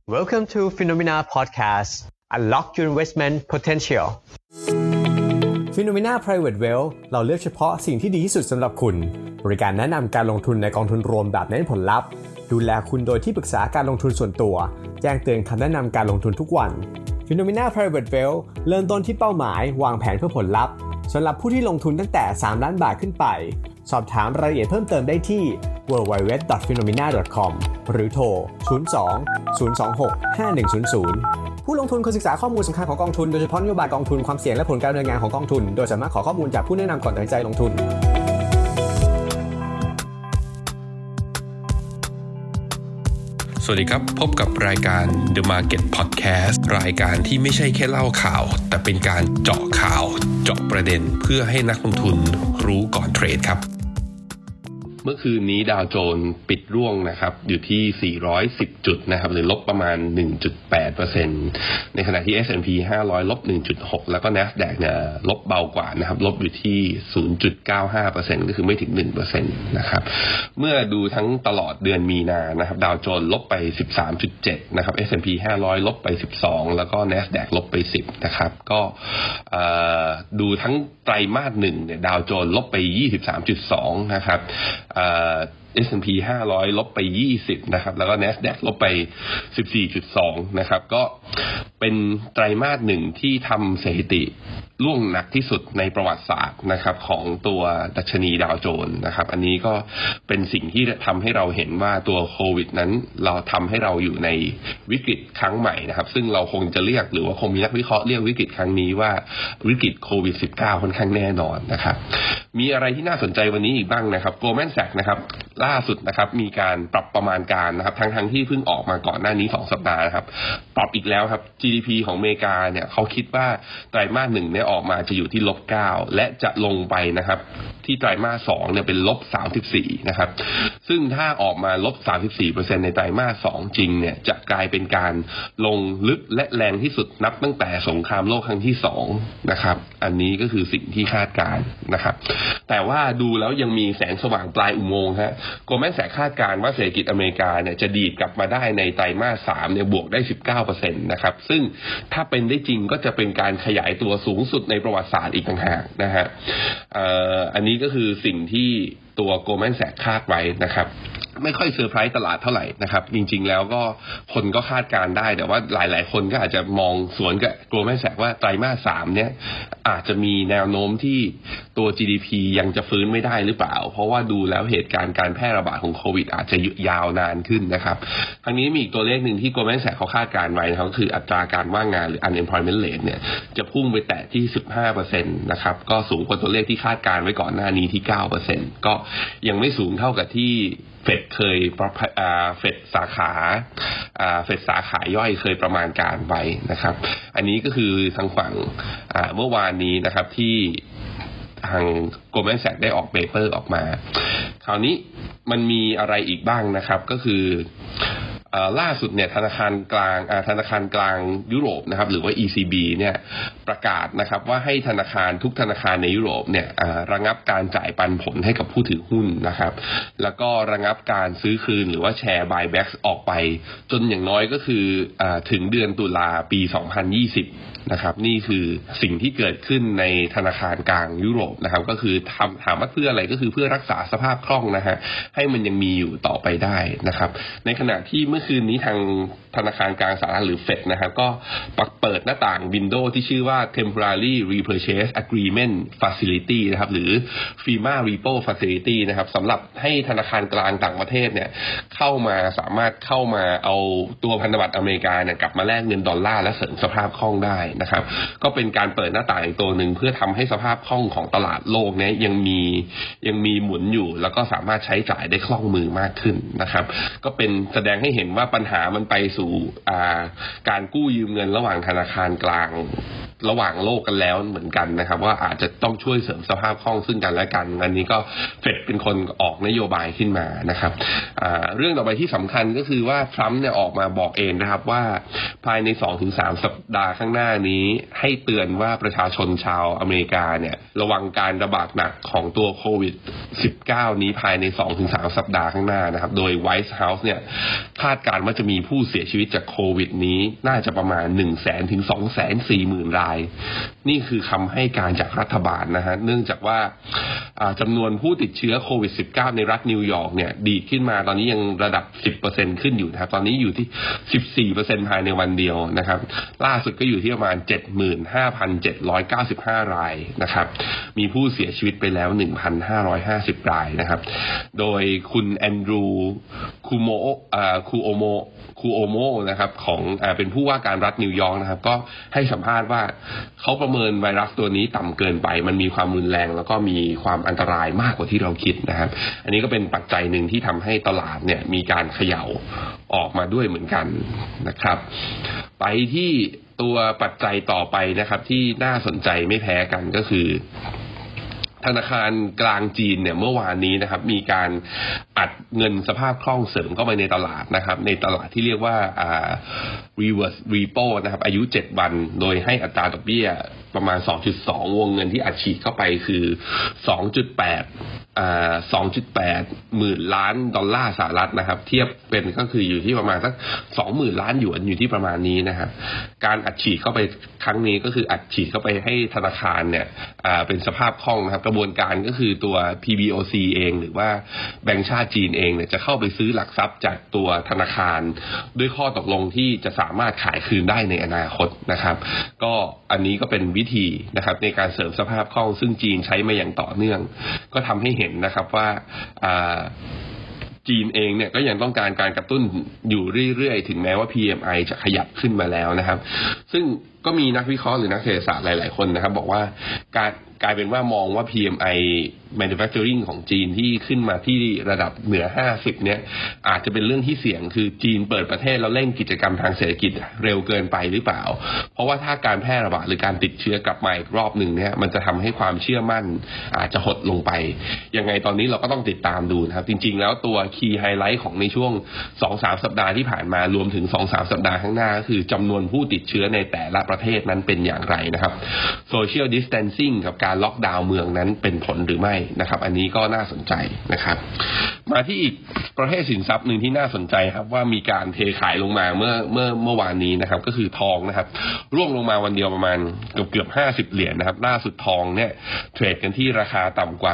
Welcome to Phenomena Podcast. Unlock your investment potential. Phenomena Private Wealth เราเลือกเฉพาะสิ่งที่ดีที่สุดสำหรับคุณบริการแนะนำการลงทุนในกองทุนรวมแบบเน้นผลลัพธ์ดูแลคุณโดยที่ปรึกษาการลงทุนส่วนตัวแจ้งเตือนคำแนะนำการลงทุนทุกวัน Phenomena Private Wealth เริ่มต้นที่เป้าหมายวางแผนเพื่อผลลัพธ์สำหรับผู้ที่ลงทุนตั้งแต่3ล้านบาทขึ้นไปสอบถามรายละเอียดเพิ่มเติมได้ที่ www.phenomena.com หรือโทร 02-026-5100 ผู้ลงทุนควรศึกษาข้อมูลสำคัญของกองทุนโดยเฉพาะนโยบายกองทุนความเสี่ยงและผลการดำเนินงานของกองทุนโดยสามารถขอข้อมูลจากผู้แนะนำก่อนตัดสินใจลงทุนสวัสดีครับพบกับรายการ The Market Podcast รายการที่ไม่ใช่แค่เล่าข่าวแต่เป็นการเจาะข่าวเจาะประเด็นเพื่อให้นักลงทุนรู้ก่อนเทรดครับเมื่อคืนนี้ดาวโจนส์ปิดร่วงนะครับอยู่ที่410จุดนะครับหรือลบประมาณ 1.8% ในขณะที่ S&P 500ลบ 1.6 แล้วก็ NASDAQ เนี่ยลบเบากว่านะครับลบอยู่ที่ 0.95% ก็คือไม่ถึง 1% นะครับเมื่อดูทั้งตลอดเดือนมีนานะครับดาวโจนส์ลบไป 13.7 นะครับ S&P 500ลบไป 12 แล้วก็ NASDAQ ลบไป 10 นะครับก็ดูทั้งไตรมาส1เนี่ยดาวโจนส์ลบไป 23.2 นะครับS&P 500ลบไป20นะครับแล้วก็ NASDAQ ลบไป 14.2 นะครับก็เป็นไตรมาส1ที่ทำสถิติร่วงหนักที่สุดในประวัติศาสตร์นะครับของตัวดัชนีดาวโจนส์นะครับอันนี้ก็เป็นสิ่งที่ทำให้เราเห็นว่าตัวโควิดนั้นเราทำให้เราอยู่ในวิกฤตครั้งใหม่นะครับซึ่งเราคงจะเรียกหรือว่าคงมีนักวิเคราะห์เรียกวิกฤตครั้งนี้ว่าวิกฤตโควิด -19 ค่อนข้างแน่นอนนะครับมีอะไรที่น่าสนใจวันนี้อีกบ้างนะครับ Goldman Sachs นะครับล่าสุดนะครับมีการปรับประมาณการนะครับทั้งที่เพิ่งออกมาก่อนหน้านี้2สัปดาห์นะครับปรับอีกแล้วครับ GDP ของอเมริกาเนี่ยเขาคิดว่าไตรมาส1เนี่ยออกมาจะอยู่ที่-9และจะลงไปนะครับที่ไตรมาส2เนี่ยเป็น-34นะครับซึ่งถ้าออกมา-34% ในไตรมาส2จริงเนี่ยจะกลายเป็นการลงลึกและแรงที่สุดนับตั้งแต่สงครามโลกครั้งที่2นะครับอันนี้ก็คือสิ่งที่คาดการณ์นะครับแต่ว่าดูแล้วยังมีแสงสว่างปลายอุโมงค์ฮะGoldman Sachsคาดการณ์ว่าเศรษฐกิจอเมริกาเนี่ยจะดีดกลับมาได้ในไตรมาส3เนี่ยบวกได้ 19% นะครับซึ่งถ้าเป็นได้จริงก็จะเป็นการขยายตัวสูงสุดในประวัติศาสตร์อีกต่างหากนะฮะอันนี้ก็คือสิ่งที่ตัว Goldman Sachs คาดไว้นะครับไม่ค่อยเซอร์ไพรส์ตลาดเท่าไหร่นะครับจริงๆแล้วก็คนก็คาดการได้แต่ว่าหลายๆคนก็อาจจะมองสวนกับ Goldman Sachs ว่าไตรมาส3เนี่ยอาจจะมีแนวโน้มที่ตัว GDP ยังจะฟื้นไม่ได้หรือเปล่าเพราะว่าดูแล้วเหตุการณ์การแพร่ระบาดของโควิดอาจจะยาวนานขึ้นนะครับทั้งนี้มีอีกตัวเลขหนึ่งที่ Goldman Sachs เขาคาดการไว้นะครับก็คืออัตราการว่างงานหรือ unemployment rate เนี่ยจะพุ่งไปแตะที่ 15% นะครับก็สูงกว่าตัวเลขที่คาดการไว้ก่อนหน้านี้ที่ 9% ก็ยังไม่สูงเท่ากับที่เฟดเคยเฟดสาขาย่อยเคยประมาณการไว้นะครับอันนี้ก็คือทางฝั่งเมื่อวานนี้นะครับที่ทาง Goldman Sachs ได้ออกเปเปอร์ออกมาคราวนี้มันมีอะไรอีกบ้างนะครับก็คือล่าสุดเนี่ยธนาคารกลางยุโรปนะครับหรือว่า ECB เนี่ยประกาศนะครับว่าให้ธนาคารทุกธนาคารในยุโรปเนี่ยระงับการจ่ายปันผลให้กับผู้ถือหุ้นนะครับแล้วก็ระงับการซื้อคืนหรือว่าแชร์ buyback ออกไปจนอย่างน้อยก็คือถึงเดือนตุลาปี 2020นะครับนี่คือสิ่งที่เกิดขึ้นในธนาคารกลางยุโรปนะครับก็คือถามว่าเพื่ออะไรก็คือเพื่อรักษาสภาพคล่องนะฮะให้มันยังมีอยู่ต่อไปได้นะครับในขณะที่เมื่อคืนนี้ทางธนาคารกลางสหรัฐหรือเฟดนะครับก็เปิดหน้าต่างวินโดว์ที่ชื่อว่า Temporary Repurchase Agreement Facility นะครับหรือ FEMA Repo Facility นะครับสำหรับให้ธนาคารกลางต่างประเทศเนี่ยสามารถเข้ามาเอาตัวพันธบัตรอเมริกาเนี่ยกลับมาแลกเงินดอลลาร์และเสริมสภาพคล่องได้นะครับก็เป็นการเปิดหน้าต่างอีกตัวหนึ่งเพื่อทำให้สภาพคล่องของตลาดโลกเนี่ยยังมีหมุนอยู่แล้วก็สามารถใช้จ่ายได้คล่องมือมากขึ้นนะครับก็เป็นแสดงให้เห็นว่าปัญหามันไปสู่การกู้ยืมเงินระหว่างธนาคารกลางระหว่างโลกกันแล้วเหมือนกันนะครับว่าอาจจะต้องช่วยเสริมสภาพคล่องซึ่งกันและกันอันนี้ก็เฟดเป็นคนออกนโยบายขึ้นมานะครับเรื่องต่อไปที่สำคัญก็คือว่าทรัมป์เนี่ยออกมาบอกเองนะครับว่าภายใน 2-3 สัปดาห์ข้างหน้านี้ให้เตือนว่าประชาชนชาวอเมริกาเนี่ยระวังการระบาดหนักของตัวโควิด -19 นี้ภายใน 2-3 สัปดาห์ข้างหน้านะครับโดย White House เนี่ยคาดการณ์ว่าจะมีผู้เสียชีวิตจากโควิดนี้น่าจะประมาณ 100,000 ถึง 240,000 รายนี่คือคำให้การจากรัฐบาลนะฮะเนื่องจากว่าจำนวนผู้ติดเชื้อโควิด -19 ในรัฐนิวยอร์กเนี่ยดีขึ้นมาตอนนี้ยังระดับ 10% ขึ้นอยู่นะครับตอนนี้อยู่ที่ 14% ภายในวันเดียวนะครับล่าสุดก็อยู่ที่ประมาณ 75,795 รายนะครับมีผู้เสียชีวิตไปแล้ว 1,550 รายนะครับโดยคุณแอนดรูคูโอโมนะครับของเป็นผู้ว่าการรัฐนิวยอร์กนะครับก็ให้สัมภาษณ์ว่าเขาประเมินไวรัสตัวนี้ต่ำเกินไปมันมีความรุนแรงแล้วก็มีความอันตรายมากกว่าที่เราคิดนะครับอันนี้ก็เป็นปัจจัยหนึ่งที่ทำให้ตลาดเนี่ยมีการเขย่าออกมาด้วยเหมือนกันนะครับไปที่ตัวปัจจัยต่อไปนะครับที่น่าสนใจไม่แพ้กันก็คือธนาคารกลางจีนเนี่ยเมื่อวานนี้นะครับมีการอัดเงินสภาพคล่องเสริมเข้าไปในตลาดนะครับในตลาดที่เรียกว่าreverse repo นะครับอายุ7วันโดยให้อัตราดอกเบี้ยประมาณ 2.2 วงเงินที่อัดฉีดเข้าไปคือ 2.8 หมื่นล้านดอลลาร์สหรัฐนะครับเทียบเป็นก็คืออยู่ที่ประมาณสัก 20,000 ล้านหยวนอยู่ที่ประมาณนี้นะครับการอัดฉีดเข้าไปครั้งนี้ก็คืออัดฉีดเข้าไปให้ธนาคารเนี่ยเป็นสภาพคล่องนะครับกระบวนการก็คือตัว PBOC เองหรือว่าแบงก์ชาติจีนเองเนี่ยจะเข้าไปซื้อหลักทรัพย์จากตัวธนาคารด้วยข้อตกลงที่จะสามารถขายคืนได้ในอนาคตนะครับก็อันนี้ก็เป็นวิธีนะครับในการเสริมสภาพคล่องซึ่งจีนใช้มาอย่างต่อเนื่องก็ทำให้เห็นนะครับว่าจีนเองเนี่ยก็ยังต้องการการกระตุ้นอยู่เรื่อยๆถึงแม้ว่า PMI จะขยับขึ้นมาแล้วนะครับซึ่งก็มีนักวิเคราะห์หรือนักเศรษฐศาสตร์หลายๆคนนะครับบอกว่ากลายเป็นว่ามองว่า PMI manufacturing ของจีนที่ขึ้นมาที่ระดับเหนือ50เนี่ยอาจจะเป็นเรื่องที่เสี่ยงคือจีนเปิดประเทศแล้วเร่งกิจกรรมทางเศรษฐกิจเร็วเกินไปหรือเปล่าเพราะว่าถ้าการแพร่ระบาดหรือการติดเชื้อกลับมาอีกรอบนึงเนี่ยมันจะทำให้ความเชื่อมั่นอาจจะหดลงไปยังไงตอนนี้เราก็ต้องติดตามดูนะครับจริงๆแล้วตัว key highlight ของในช่วง 2-3 สัปดาห์ที่ผ่านมารวมถึง 2-3 สัปดาห์ข้างหน้าก็คือจำนวนผู้ติดเชื้อในแต่ละประเทศนั้นเป็นอย่างไรนะครับ social distancing กับการล็อกดาวน์เมืองนั้นเป็นผลหรือไม่นะครับอันนี้ก็น่าสนใจนะครับมาที่อีกประเภทสินทรัพย์หนึ่งที่น่าสนใจครับว่ามีการเทขายลงมาเมื่อวานนี้นะครับก็คือทองนะครับร่วงลงมาวันเดียวประมาณเกือบ50เหรียญนะครับล่าสุดทองเนี่ยเทรดกันที่ราคาต่ำกว่า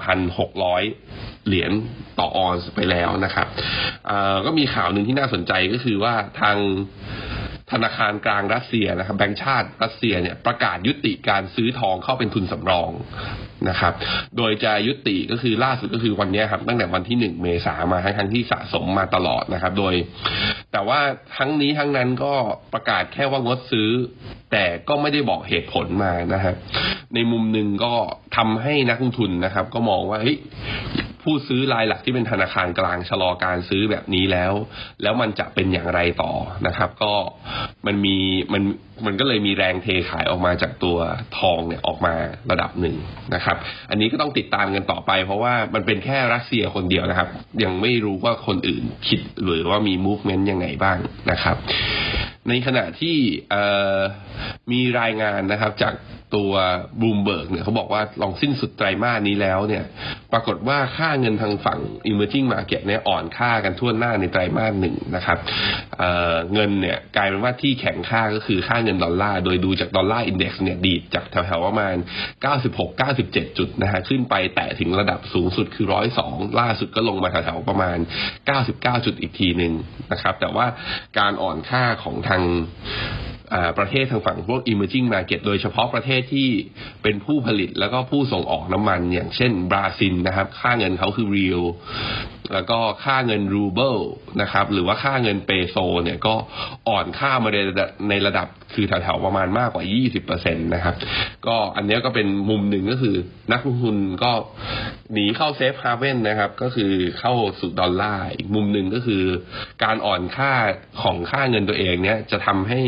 1,600 เหรียญต่อออนซ์ไปแล้วนะครับก็มีข่าวหนึ่งที่น่าสนใจก็คือว่าทางธนาคารกลางรัสเซียนะครับแบงก์ชาติรัสเซียเนี่ยประกาศยุติการซื้อทองเข้าเป็นทุนสำรองนะครับโดยจะยุติก็คือล่าสุดก็คือวันนี้ครับตั้งแต่วันที่1 เมษายนมาทั้งที่สะสมมาตลอดนะครับโดยแต่ว่าทั้งนี้ทั้งนั้นก็ประกาศแค่ว่างดซื้อแต่ก็ไม่ได้บอกเหตุผลมานะครับในมุมหนึ่งก็ทำให้นักลงทุนนะครับก็มองว่าผู้ซื้อรายหลักที่เป็นธนาคารกลางชะลอการซื้อแบบนี้แล้วมันจะเป็นอย่างไรต่อนะครับก็มันก็เลยมีแรงเทขายออกมาจากตัวทองเนี่ยออกมาระดับหนึ่งนะครับอันนี้ก็ต้องติดตามกันต่อไปเพราะว่ามันเป็นแค่รัสเซียคนเดียวนะครับยังไม่รู้ว่าคนอื่นคิดหรือว่ามี movement ยังไงบ้างนะครับในขณะที่มีรายงานนะครับจากตัวบลูมเบิร์กเนี่ยเขาบอกว่าลองสิ้นสุดไตรมาสนี้แล้วเนี่ยปรากฏว่าค่าเงินทางฝั่ง emerging market เนี่ยอ่อนค่ากันทั่วหน้าในไตรมาสหนึ่งนะครับเงินเนี่ยกลายเป็นว่าที่แข็งค่าก็คือค่าเงินดอลลาร์โดยดูจากดอลลาร์อินเด็กซ์เนี่ยดีดจากแถวๆประมาณ 96-97 จุดนะฮะขึ้นไปแตะถึงระดับสูงสุดคือ102ล่าสุดก็ลงมาแถวๆประมาณ99จุดอีกทีนึงนะครับแต่ว่าการอ่อนค่าของทางประเทศทางฝั่งพวก emerging market โดยเฉพาะประเทศที่เป็นผู้ผลิตแล้วก็ผู้ส่งออกน้ำมันอย่างเช่นบราซิลนะครับค่าเงินเขาคือ real แล้วก็ค่าเงินรูเบิลนะครับหรือว่าค่าเงินเปโซเนี่ยก็อ่อนค่ามาในระดับคือแถวๆประมาณมากกว่า 20% นะครับก็อันนี้ก็เป็นมุมหนึ่งก็คือนักลงทุนก็หนีเข้าเซฟฮาเว่นนะครับก็คือเข้าสู่ดอลลาร์อีกมุมหนึ่งก็คือการอ่อนค่าของค่าเงินตัวเองเนี่ยจะทำให้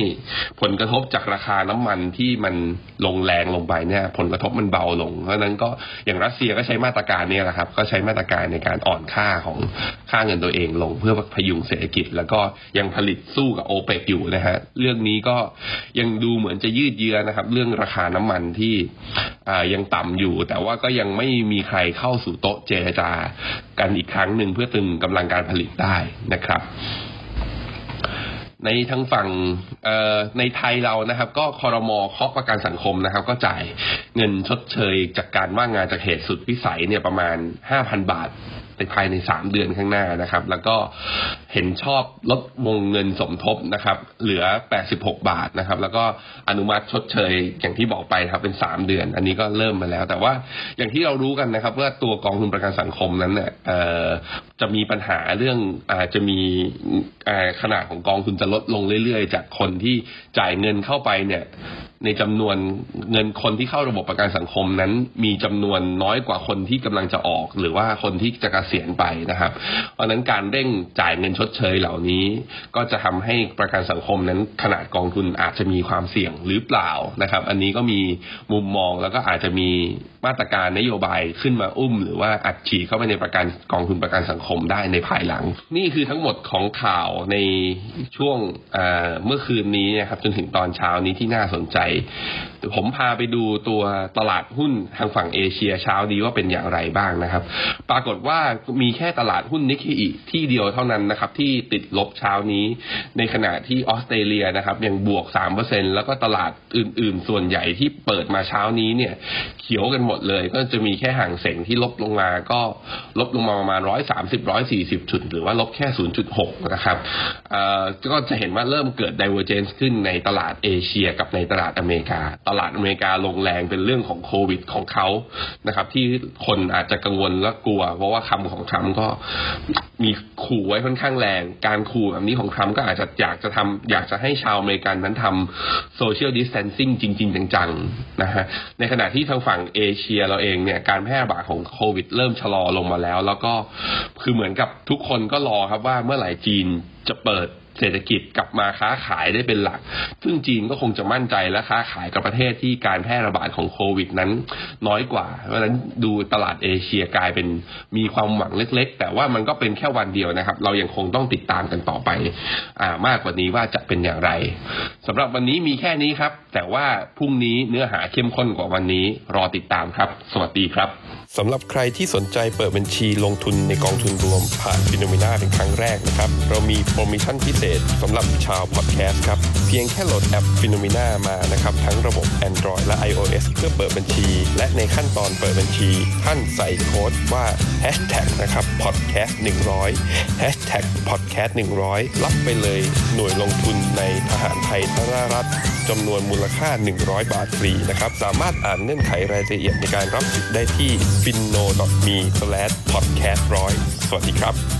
ผลกระทบจากราคาน้ำมันที่มันลงแรงลงไปเนี่ยผลกระทบมันเบาลงเพราะนั้นก็อย่างรัสเซียก็ใช้มาตรการนี้แหละครับก็ใช้มาตรการในการอ่อนค่าของค่าเงินตัวเองลงเพื่อพยุงเศรษฐกิจแล้วก็ยังผลิตสู้กับโอเปกอยู่นะฮะเรื่องนี้ก็ยังดูเหมือนจะยืดเยื้อนะครับเรื่องราคาน้ำมันที่ยังต่ำอยู่แต่ว่าก็ยังไม่มีใครเข้าสู่โต๊ะเจรจากันอีกครั้งหนึ่งเพื่อตึงกำลังการผลิตได้นะครับในทางฝั่งในไทยเรานะครับก็ครม.เคาะประกันสังคมนะครับก็จ่ายเงินชดเชยจากการว่างงานจากเหตุสุดวิสัยเนี่ยประมาณ 5,000 บาทภายใน3เดือนข้างหน้านะครับแล้วก็เห็นชอบลดวงเงินสมทบนะครับเหลือ86บาทนะครับแล้วก็อนุมัติชดเชยอย่างที่บอกไปครับเป็น3เดือนอันนี้ก็เริ่มมาแล้วแต่ว่าอย่างที่เรารู้กันนะครับว่าตัวกองทุนประกันสังคมนั้นเนี่ยจะมีปัญหาเรื่องจะมีขนาดของกองทุนจะลดลงเรื่อยๆจากคนที่จ่ายเงินเข้าไปเนี่ยในจำนวนเงินคนที่เข้าระบบประกันสังคมนั้นมีจำนวนน้อยกว่าคนที่กำลังจะออกหรือว่าคนที่จะเกษียณไปนะครับเพราะฉะนั้นการเร่งจ่ายเงินชดเชยเหล่านี้ก็จะทำให้ประกันสังคมนั้นขนาดกองทุนอาจจะมีความเสี่ยงหรือเปล่านะครับอันนี้ก็มีมุมมองแล้วก็อาจจะมีมาตรการนโยบายขึ้นมาหรือว่าอัดฉีดเข้าไปในประกันกองทุนประกันสังคมได้ในภายหลังนี่คือทั้งหมดของข่าวในช่วงเมื่อคืนนี้นะครับจนถึงตอนเช้านี้ที่น่าสนใจผมพาไปดูตัวตลาดหุ้นทางฝั่งเอเชียเช้านี้ว่าเป็นอย่างไรบ้างนะครับปรากฏว่ามีแค่ตลาดหุ้นนิกเกอิที่เดียวเท่านั้นนะครับที่ติดลบเช้านี้ในขณะที่ออสเตรเลียนะครับยังบวก 3% แล้วก็ตลาดอื่นๆส่วนใหญ่ที่เปิดมาเช้านี้เนี่ยเขียวกันหมดเลยก็จะมีแค่ห่างเส็งที่ลบลงมาก็ลบลงมาประมาณ130-140จุดหรือว่าลบแค่ 0.6 นะครับก็จะเห็นว่าเริ่มเกิด divergence ขึ้นในตลาดเอเชียกับในตลาดอเมริกาตลาดอเมริกาลงแรงเป็นเรื่องของโควิดของเขานะครับที่คนอาจจะกังวลและกลัวเพราะว่าคำของทรัมป์ก็มีขู่ไว้ค่อนข้างแรงการขู่แบบนี้ของทรัมป์ก็อาจจะอยากจะให้ชาวอเมริกันนั้นทำ social distancing จริงๆจังๆนะฮะในขณะที่ทางฝั่งเอเชียเราเองเนี่ยการแพร่ระบาดของโควิดเริ่มชะลอลงมาแล้วก็คือเหมือนกับทุกคนก็รอครับว่าเมื่อไหร่จีนจะเปิดเศรษฐกิจกลับมาค้าขายได้เป็นหลักซึ่งจีนก็คงจะมั่นใจและค้าขายกับประเทศที่การแพร่ระบาดของโควิดนั้นน้อยกว่าเพราะฉะนั้นดูตลาดเอเชียกลายเป็นมีความหวังเล็กๆแต่ว่ามันก็เป็นแค่วันเดียวนะครับเรายังคงต้องติดตามกันต่อไปมากกว่านี้ว่าจะเป็นอย่างไรสำหรับวันนี้มีแค่นี้ครับแต่ว่าพรุ่งนี้เนื้อหาเข้มข้นกว่าวันนี้รอติดตามครับสวัสดีครับสำหรับใครที่สนใจเปิดบัญชีลงทุนในกองทุนรวมผ่าน Phenomena เป็นครั้งแรกนะครับเรามีโปรโมชั่นพิเศษสำหรับชาวพอดแคสต์ครับเพียงแค่โหลดแอป Phenomena มานะครับทั้งระบบ Android และ iOS เพื่อเปิดบัญชีและในขั้นตอนเปิดบัญชีท่านใส่โค้ดว่า hashtag นะครับ podcast 100 hashtag podcast 100รับไปเลยหน่วยลงทุนในทหารไทยธนรัฐจำนวนมูลค่า100 บาทฟรีนะครับสามารถอ่านเงื่อนไขรายละเอียดในการรับสิทธิ์ได้ที่finno.me/podcast100 สวัสดีครับ